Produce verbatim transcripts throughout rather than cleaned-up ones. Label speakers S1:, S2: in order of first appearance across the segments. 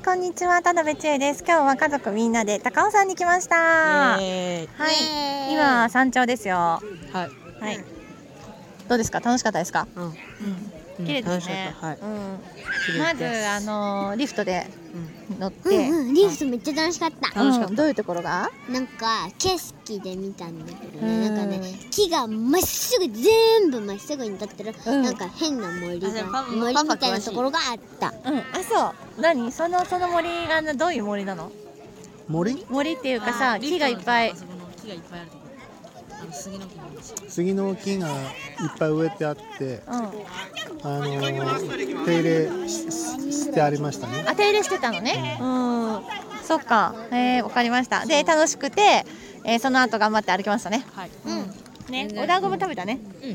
S1: こんにちは、田辺千恵です。今日は家族みんなで高尾山に来ました。はい、今山頂ですよ。はい、はい、どうですか？楽しかったですか？うん、うん、綺麗ですね。はい、うん、まずあのー、リフトで乗って、
S2: うんうん、リフトめっちゃ楽しかった。
S1: 楽しかった。どういうところが？
S2: なんか景色で見たんだけどね、なんかね、木がまっすぐ全部まっすぐに立ってる、うん、なんか変な森が森みたいなところがあった。
S1: うん、あ、そう。何？そのその森がどういう森なの？
S3: 森？
S1: 森っていうかさ、木がいっぱい。
S4: 木がいっぱいあるところ。あの杉の木なんですよ。
S3: 杉の木がいっぱい植えてあって、うん、あのー、手入れ し, してありましたね。
S1: あ、手入れしてたのね。うん、そっか。えー、わかりました。で、楽しくて、えー、その後頑張って歩きましたね。はい。うん。ね、お団子も食べたね。
S2: うん、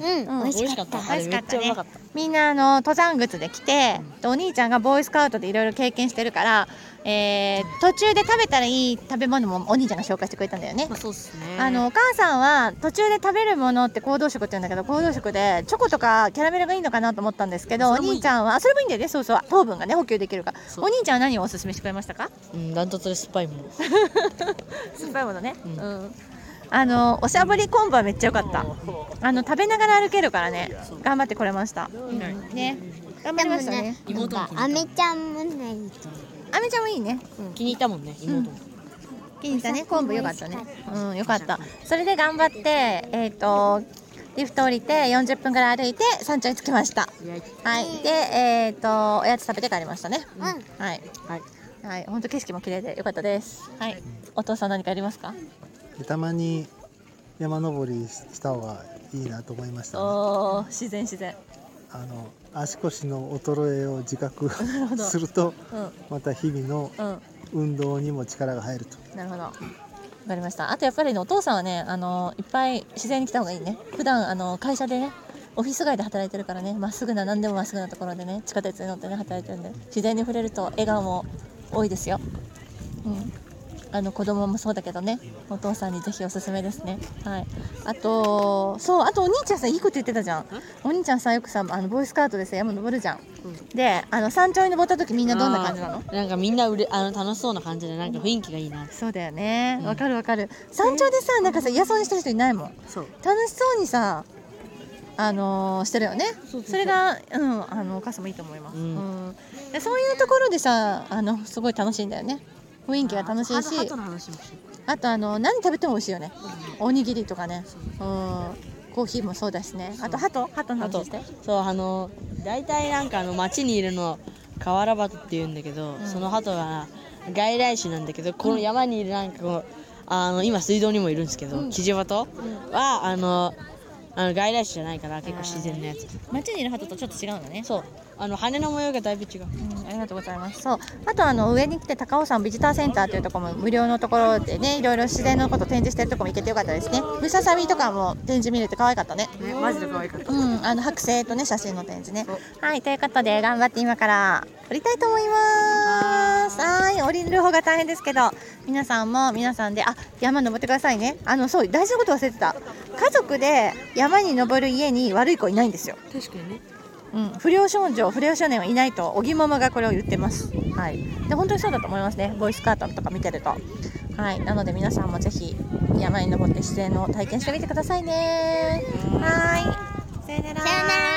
S2: 美味しかった。
S1: 美味しかったね。みんなあの登山靴で来て、お兄ちゃんがボーイスカウトでいろいろ経験してるから、えー、途中で食べたらいい食べ物もお兄ちゃんが紹介してくれたんだよね。
S4: まあ、そうですね。
S1: あのお母さんは途中で食べるものって行動食って言うんだけど、行動食でチョコとかキャラメルがいいのかなと思ったんですけど、お兄ちゃんはそれもいいんだよね。そうそう、糖分がね補給できるから。お兄ちゃんは何をおすすめしてくれましたか？
S4: うん、ダントツで酸っぱいもの。
S1: 酸っぱいものね。うん。うんあのおしゃぶり昆布はめっちゃ良かった。あの食べながら歩けるからね、頑張ってこれました。うん、ね、頑張りましたね。
S2: 妹もアメちゃんもないと。
S1: アメちゃんもいいね。
S4: うん、気に入ったもんね、妹も。
S1: うん、気に入ったね、昆布良かったね。うん、良かった。それで頑張ってえっとリフト降りてよんじゅっぷんぐらい歩いて山頂に着きました。はい。でえっとおやつ食べて帰りましたね。うん。はいはいはい。本当景色も綺麗で良かったです。はい。お父さん何かありますか？
S3: たまに山登りした方がいいなと思いましたね。
S1: おー、自然自然。
S3: あの足腰の衰えを自覚すると、うん、また日々の運動にも力が入ると。
S1: なるほど。わかりました。あとやっぱりね、お父さんはね、あのいっぱい自然に来た方がいいね。普段あの会社でね、オフィス街で働いてるからね、まっすぐな何でもまっすぐなところでね、地下鉄に乗ってね働いてるんで、自然に触れると笑顔も多いですよ。うん。あの子供もそうだけどね、お父さんにぜひおすすめですね。はい。あとそうあとお兄ちゃんさいいこと言ってたじゃん。お兄ちゃんさよくさあのボーイスカウトでさ山登るじゃん。うん、であの山頂に登った時みんなどんな感じなの？
S4: なんかみんなうれあの楽しそうな感じでなんか雰囲気がいいな。
S1: そうだよね。わ、うん、かるわかる。山頂でさなんかさ嫌そうにしてる人いないもん。そう。楽しそうにさあのー、してるよね。そうそうそうそれがうんあのお母さんもいいと思います。うん。うん、でそういうところでさあのすごい楽しいんだよね。雰囲気が楽しいし、あとあの何食べても美味しいよね。おにぎりとかね、うん、コーヒーもそうだしね。あとハトハトの話して。
S4: そうあの大体なんかあの町にいるの河原鳩って言うんだけど、うん、その鳩が外来種なんだけど、この山にいるなんかこうあの今水道にもいるんですけど、うん、キジバトはあのあの外来種じゃないから結構自然なやつ。
S1: 町にいる鳩とちょっと違うんだね。
S4: そう。あの羽の模様がだいぶ違う、うん、
S1: ありがとうございます。そうあとあの上に来て高尾山ビジターセンターというところも無料のところでねいろいろ自然のこと展示してるところも行けてよかったですね。ムササビとかも展示見れて可愛かったね。
S4: ねマジで可愛かった。
S1: うんあの剥製とね写真の展示ね。はいということで頑張って今から降りたいと思います。はい降りる方が大変ですけど皆さんも皆さんであ山登ってくださいね。あのそう大事なこと忘れてた。家族で山に登る家に悪い子いないんですよ。
S4: 確かにね。
S1: うん、不良少女不良少年はいないとおぎママがこれを言ってます。はい。で本当にそうだと思いますね。ボーイスカートとか見てると。はい。なので皆さんもぜひ山に登って自然の体験してみてくださいね。はい。さよなら。
S2: さよなら。